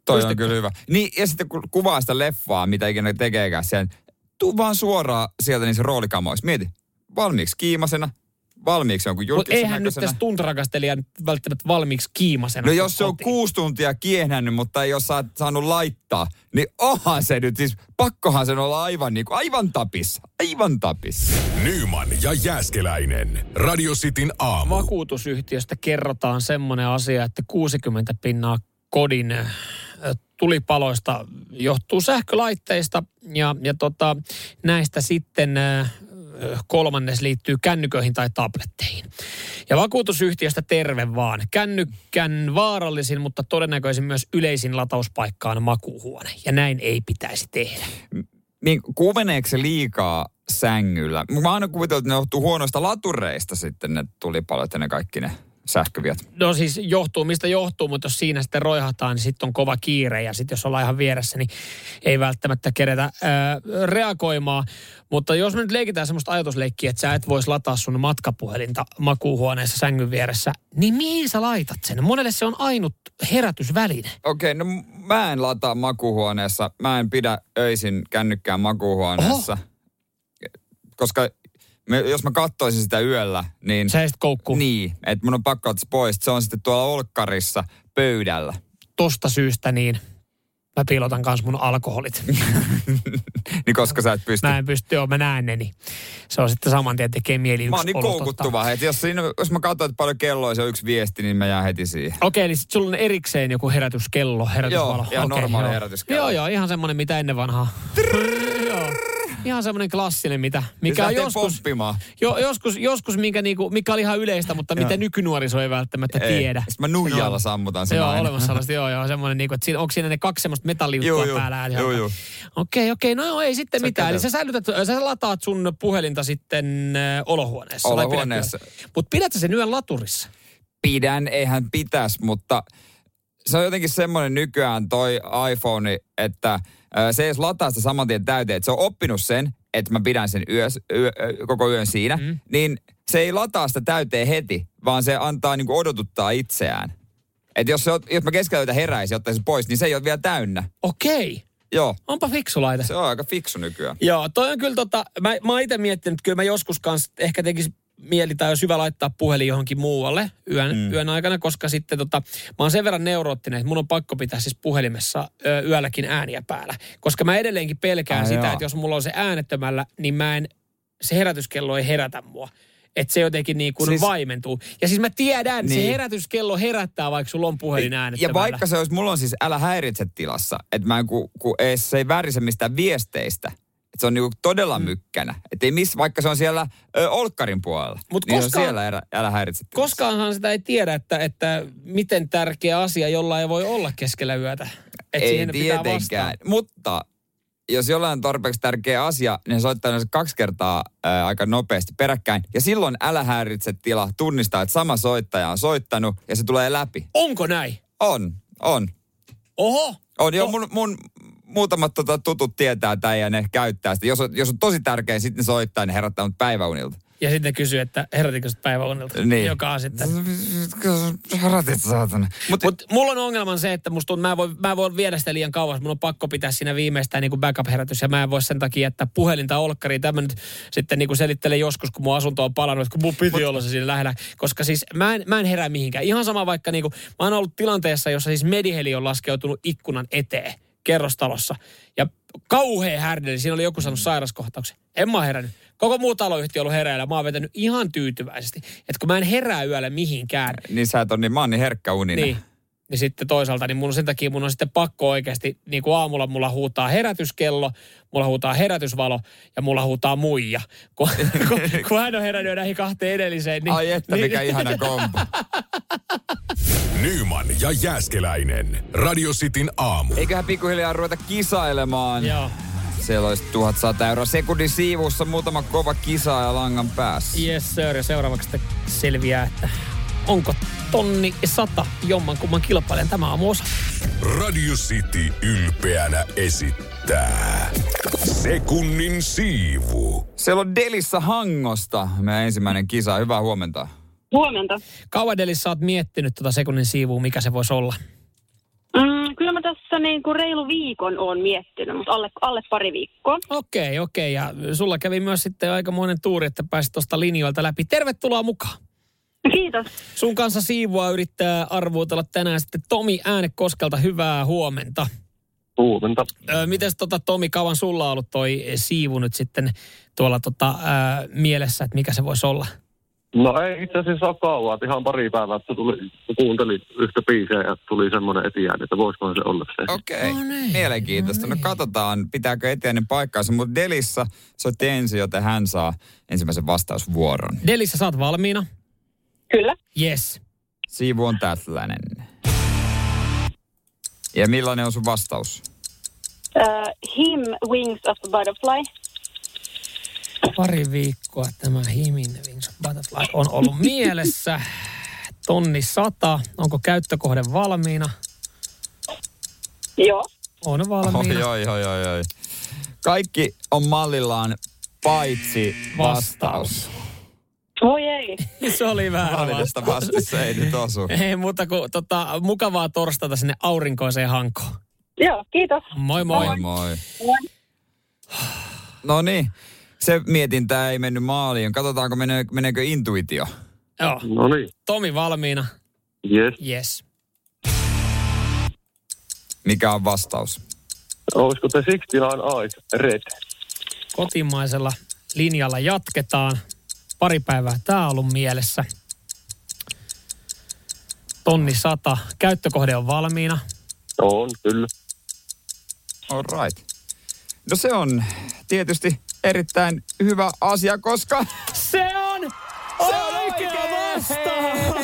Toi on kyllä hyvä. Niin, ja sitten kun kuvaa sitä leffaa, mitä ikinä tekeekään siellä, tuu vaan suoraan sieltä niissä roolikamoissa. Mieti, valmiiksi kiimasena, valmiiksi jonkun julkisen näköisenä. Eihän nyt tässä tuntorakastelija välttämättä valmiiksi kiimasena. No jos se on 6 tuntia kiehnännyt, mutta ei ole saanut laittaa, niin onhan se nyt, siis pakkohan sen olla aivan tapissa. Aivan tapissa. Nyman ja Jääskeläinen. Radio Cityn aamu. Vakuutusyhtiöstä kerrotaan semmoinen asia, että 60% kodin tulipaloista johtuu sähkölaitteista ja näistä sitten kolmannes liittyy kännyköihin tai tabletteihin. Ja vakuutusyhtiöstä terve vaan. Kännykän vaarallisin, mutta todennäköisin myös yleisin latauspaikka on makuuhuone. Ja näin ei pitäisi tehdä. Niin kuumeneeko se liikaa sängyllä? Mä oon aina kuvitellut, että ne johtuu huonoista latureista sitten ne tulipalot ja ne kaikki ne sähköviat. No siis johtuu, mistä johtuu, mutta jos siinä sitten roihataan, niin sitten on kova kiire. Ja sitten jos ollaan ihan vieressä, niin ei välttämättä keretä reagoimaan. Mutta jos me nyt leikitään semmoista ajatusleikkiä, että sä et vois lataa sun matkapuhelinta makuuhuoneessa sängyn vieressä, niin mihin sä laitat sen? Monelle se on ainut herätysväline. Okei, no mä en lataa makuuhuoneessa. Mä en pidä öisin kännykkää makuuhuoneessa. Oho. Koska jos mä katsoisin sitä yöllä, niin... Sä esit koukkuu. Niin, että mun on pakko ottaa pois. Se on sitten tuolla olkkarissa pöydällä. Tosta syystä niin mä piilotan kans mun alkoholit. Niin koska sä et pysty. Mä en pysty, mä näen ne, niin se on sitten saman tien tekee mieli yksi. Mä oon niin koukuttuva. Jos mä katson, että paljon kelloa se on yksi viesti, niin mä jään heti siihen. Okei, eli sit sulla on erikseen joku herätyskello, herätysvalo. Joo, ihan normaali herätyskello. Joo, ihan semmonen, mitä ennen vanhaa. Joo. Ihan semmoinen klassinen, mikä on joskus mikä oli ihan yleistä, mutta mitä nykynuoriso ei välttämättä tiedä. Sitten mä nuijalla sammutan sen aina. Joo, olemassa sellaista, semmoinen, että onko siinä ne 2 semmoista metallijuttua päällä? Joo. Okei, no ei sitten mitään. Eli sä lataat sun puhelinta sitten olohuoneessa. Olohuoneessa. Mutta pidätkö sen yön laturissa? Pidän, eihän pitäisi, mutta se on jotenkin semmoinen nykyään toi iPhone, että se ei edes lataa sitä saman tien täyteen. Että se on oppinut sen, että mä pidän sen koko yön siinä. Niin se ei lataa sitä täyteen heti, vaan se antaa niinku odotuttaa itseään. Että jos mä keskellä heräisin ja ottaisin pois, niin se ei ole vielä täynnä. Okei. Joo. Onpa fiksu laite. Se on aika fiksu nykyään. Joo, toi on kyllä mä oon itse miettinyt, että kyllä mä joskus kanssa ehkä tekisi mieli tai olisi hyvä laittaa puhelin johonkin muualle yön aikana, koska sitten mä oon sen verran neuroottinen, että mun on pakko pitää siis puhelimessa yölläkin ääniä päällä. Koska mä edelleenkin pelkään sitä, että jos mulla on se äänettömällä, niin se herätyskello ei herätä mua. Että se jotenkin niin kuin vaimentuu. Ja siis mä tiedän, se herätyskello herättää, vaikka sulla on puhelin äänettömällä. Ja vaikka se olisi, mulla on siis älä häiritse tilassa, että mä en se ei värise mistään viesteistä. Että se on niinku todella mykkänä. Että ei vaikka se on siellä olkkarin puolella, niin on siellä älä häiritse tilassa. Koskaanhan sitä ei tiedä, että miten tärkeä asia jollain ei voi olla keskellä yötä. Ei tietenkään, mutta jos jollain on tarpeeksi tärkeä asia, niin soittaa yleensä 2 kertaa aika nopeasti peräkkäin. Ja silloin älä häiritse tila tunnistaa, että sama soittaja on soittanut ja se tulee läpi. Onko näin? On. Oho! On jo mun muutamat tutut tietää tämän ja ne käyttää sitä. Jos on tosi tärkeä, sitten ne soittaa, ne herättää mut päiväunilta. Ja sitten ne kysyy, että herätitkö sitä päiväunilta? Niin. Joka on sitten. Herätit saatana. Mutta mulla on ongelman se, että musta mä voin viedä sitä liian kauas. Mun on pakko pitää siinä viimeistään niin kuin backup-herätys. Ja mä en voi sen takia jättää puhelinta olkkariin. Tämä nyt sitten niin kuin selittelen joskus, kun mun asunto on palannut, että kun mun piti olla se siinä lähellä. Koska siis mä en herää mihinkään. Ihan sama vaikka niin kuin, mä oon ollut tilanteessa, jossa siis mediheli on laskeutunut ikkunan eteen kerrostalossa. Ja kauhea härdeli. Siinä oli joku saanut sairaskohtauksen. En mä herännyt. Koko muu taloyhtiö on ollut hereillä. Mä oon vetänyt ihan tyytyväisesti. Että kun mä en herää yöllä mihinkään. Niin sä et ole mä oon niin herkkä uninen. Niin sitten toisaalta, niin sen takia mun on sitten pakko oikeasti, niin kuin aamulla mulla huutaa herätyskello, mulla huutaa herätysvalo ja mulla huutaa muija. Kun hän on herännyt näihin 2 edelliseen. Niin, ai että mikä ihana kombo. Nyman ja Jääskeläinen. Radio Cityn aamu. Eiköhän pikkuhiljaa ruveta kisailemaan. Joo. Siellä olisi 1100 € sekunnin siivussa, muutama kova kisa ja langan päässä. Yes sir, ja seuraavaksi sitten selviää, että onko 100 jommankumman kilpailijan tämä aamu osa. Radio City ylpeänä esittää sekunnin siivu. Siellä on Delissa Hangosta meidän ensimmäinen kisa. Hyvää huomenta. Huomenta. Kauan Delissa olet miettinyt sekunnin siivua, mikä se voisi olla? Kyllä mä tässä tuossa niin kuin reilu viikon olen miettinyt, mutta alle pari viikkoa. Okei. Ja sulla kävi myös sitten aikamoinen tuuri, että pääsit tuosta linjoilta läpi. Tervetuloa mukaan. Kiitos. Sun kanssa siivua yrittää arvuutella tänään sitten Tomi Äänekoskelta. Hyvää huomenta. Huomenta. Mites Tomi, kauan sulla on ollut toi siivu nyt sitten tuolla mielessä, että mikä se voisi olla? No ei itse asiassa ole kauan, ihan pari päivää, että kuuntelin yhtä biisiä ja tuli semmoinen etiäinen, että voisikohan se olla se. Okei, mielenkiintoista. No katsotaan, pitääkö etiäinen paikkaansa, mutta Delissa soitti ensin, joten hän saa ensimmäisen vastausvuoron. Delissa, sä oot valmiina? Kyllä. Yes. Siivu on tällainen. Ja millainen on sun vastaus? Him, Wings of the Butterfly. Pari viikkoa tämä Himin Wings of Butterfly on ollut mielessä. 100. Onko käyttökohde valmiina? Joo. On valmiina. Oi. Kaikki on mallillaan paitsi vastaus. Voi ei. Se oli väärä Valitettavasti se ei nyt osu. Ei muuta kuin mukavaa torstaita sinne aurinkoiseen Hankoon. Joo, kiitos. Moi. Moi. No niin, se mietintä ei mennyt maaliin. Katsotaanko meneekö intuitio. Joo. No niin. Tomi valmiina? Yes. Mikä on vastaus? Olisiko te 69 Eyes Red? Kotimaisella linjalla jatketaan. Pari päivää tää on ollut mielessä. 100. Käyttökohde on valmiina. On, kyllä. All right. No se on tietysti erittäin hyvä asia, koska Se on oikea vastaus!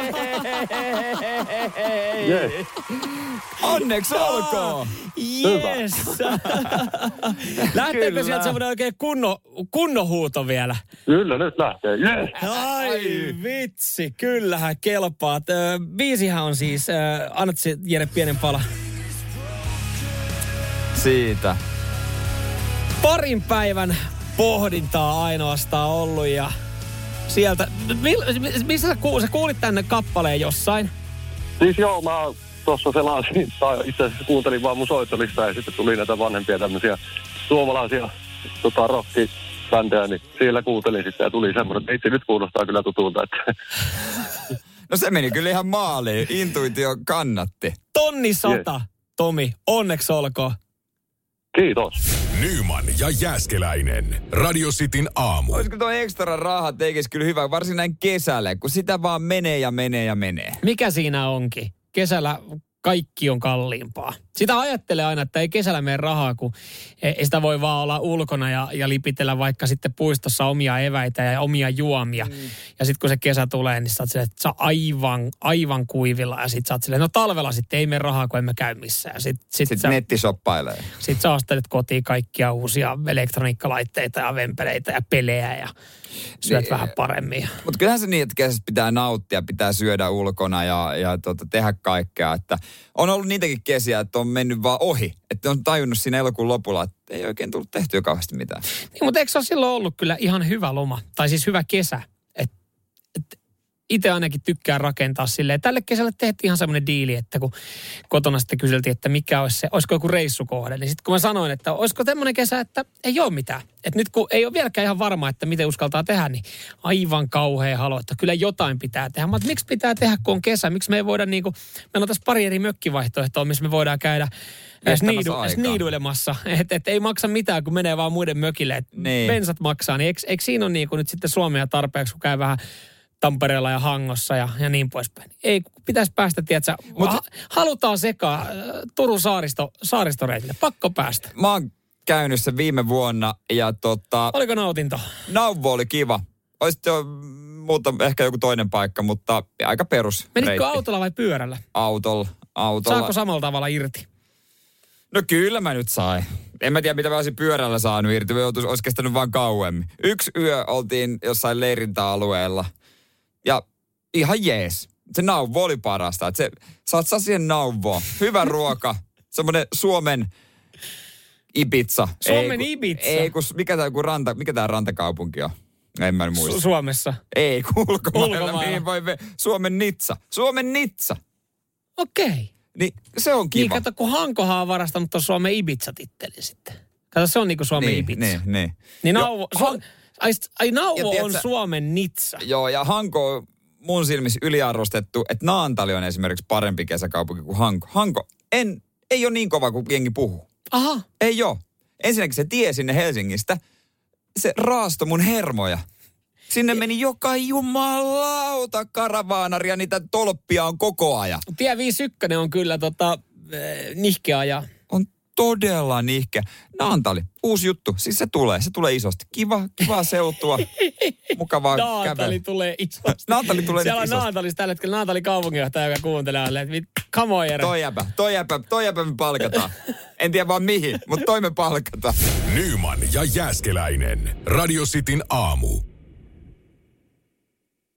Yes. onneksi olkoon. Yes! Lähteekö Kyllä. sieltä semmoinen oikein kunnon huuto vielä? Kyllä, nyt lähtee. Yes. Ai vitsi, kyllähän kelpaat. Biisihän on siis, annat se Jere pienen pala. Siitä. Parin päivän pohdintaa ainoastaan ollut ja sieltä, missä sä kuulit tänne kappaleen jossain? Siis joo, mä tuossa selasin, tai itse asiassa kuuntelin vaan mun soittolistaa ja sitten tuli näitä vanhempia tämmöisiä suomalaisia rock-bändejä, niin siellä kuuntelin sitten ja tuli semmoinen, että itse nyt kuulostaa kyllä tutulta, että No se meni kyllä ihan maaliin. Intuitio kannatti. 100, Yes. Tomi, onneksi olkoon. kiitos. Nyman ja Jääskeläinen. Radio Cityn aamu. Olisiko tuo ekstra raha tekisi kyllä hyvä, varsin näin kesälle, kun sitä vaan menee ja menee ja menee. Mikä siinä onkin? Kesällä kaikki on kalliimpaa. Sitä ajattelee aina, että ei kesällä mene rahaa, kun ei sitä voi vaan olla ulkona ja lipitellä vaikka sitten puistossa omia eväitä ja omia juomia. Ja sitten kun se kesä tulee, niin sä oot silleen, että sä aivan kuivilla. Ja sit sä oot silleen, no talvella sitten ei mene rahaa, kun emme käy missään. Sitten netti shoppailee. Sitten sä ostelet kotiin kaikkia uusia elektroniikkalaitteita ja vempeleitä ja pelejä ja syöt Niin, vähän paremmin. Mutta kyllähän se niin, että kesässä pitää nauttia, pitää syödä ulkona ja tehdä kaikkea. Että on ollut niitäkin kesiä, että on mennyt vaan ohi. Että on tajunnut siinä elokuun lopulla, että ei oikein tullut tehtyä kauheasti mitään. Niin, mutta eikö se ole silloin ollut kyllä ihan hyvä loma? Tai siis hyvä kesä. Itse ainakin tykkään rakentaa silleen. Tälle kesälle tehtiin ihan semmoinen diili, että kun kotona sitten kyseltiin, että mikä olisi se, olisiko joku reissukohde. Niin sitten kun mä sanoin, että olisiko tämmöinen kesä, että ei ole mitään. Että nyt kun ei ole vieläkään ihan varma, että miten uskaltaa tehdä, niin aivan kauhea halo, että kyllä jotain pitää tehdä. Mutta miksi pitää tehdä, kun on kesä? Miksi me ei voida meillä on tässä pari eri mökkivaihtoehtoa, missä me voidaan käydä sniiduilemassa. Että ei maksa mitään, kun menee vaan muiden mökille. Että niin. Bensat maksaa, niin eikö siinä ole nyt sitten Suomea tarpeeksi, kun käy vähän Tampereella ja Hangossa ja niin poispäin. Ei, pitäisi päästä, tiedätkö, halutaan sekaan Turun saaristoreitille. Pakko päästä. Mä oon käynyt sen viime vuonna ja Oliko nautinto? Nauvoo oli kiva. Olisi jo ehkä joku toinen paikka, mutta aika perus Menitkö reitti. autolla vai pyörällä? Autolla. Saako samalla tavalla irti? No kyllä mä nyt sain. En mä tiedä, mitä mä olisin pyörällä saanut irti. Olisi kestänyt vaan kauemmin. Yksi yö oltiin jossain leirintäalueella. Ja ihan jees. Se nauvo oli parasta. Että saat siihen nauvoon. Hyvä ruoka. Semmoinen Suomen Ibiza. Suomen Ibiza? Ei, mikä tää rantakaupunki on? En mä muista. Suomessa? Ei, ulkomailla. Ulkomailla. Mihin voi Suomen Nizza. Suomen Nizza. Okei. Niin se on kiva. Niin, kato, kun Hankohan on varastanut tuon Suomen Ibiza-tittelin sitten. Kato, se on niinku Suomen Ibiza. Niin Nauvo, Nauvo on Suomen Nitsa. Joo, ja Hanko on mun silmissä yliarvostettu, että Naantali on esimerkiksi parempi kesäkaupunki kuin Hanko. Hanko ei ole niin kova kuin jengi puhuu. Aha. Ei ole. Ensinnäkin se tie sinne Helsingistä, se raasto mun hermoja. Sinne meni joka jumalauta karavaanari ja niitä tolppia on koko ajan. Tie 51 on kyllä nihkeä ajaa. On todella nihkeä. Naantali, uusi juttu. Siis se tulee isosti. Kiva seutua. Mukavaa kävellä. Naantali tulee isosti. Naantali tulee siellä isosti. Siellä on Naantalissa tällä hetkellä Naantalin kaupunginjohtaja, joka kuuntelee. Että come on, Jere. Toi jäpä me palkataan. En tiedä vaan mihin, mutta toi me palkataan. Nyman ja Jääskeläinen. Radio Cityn aamu.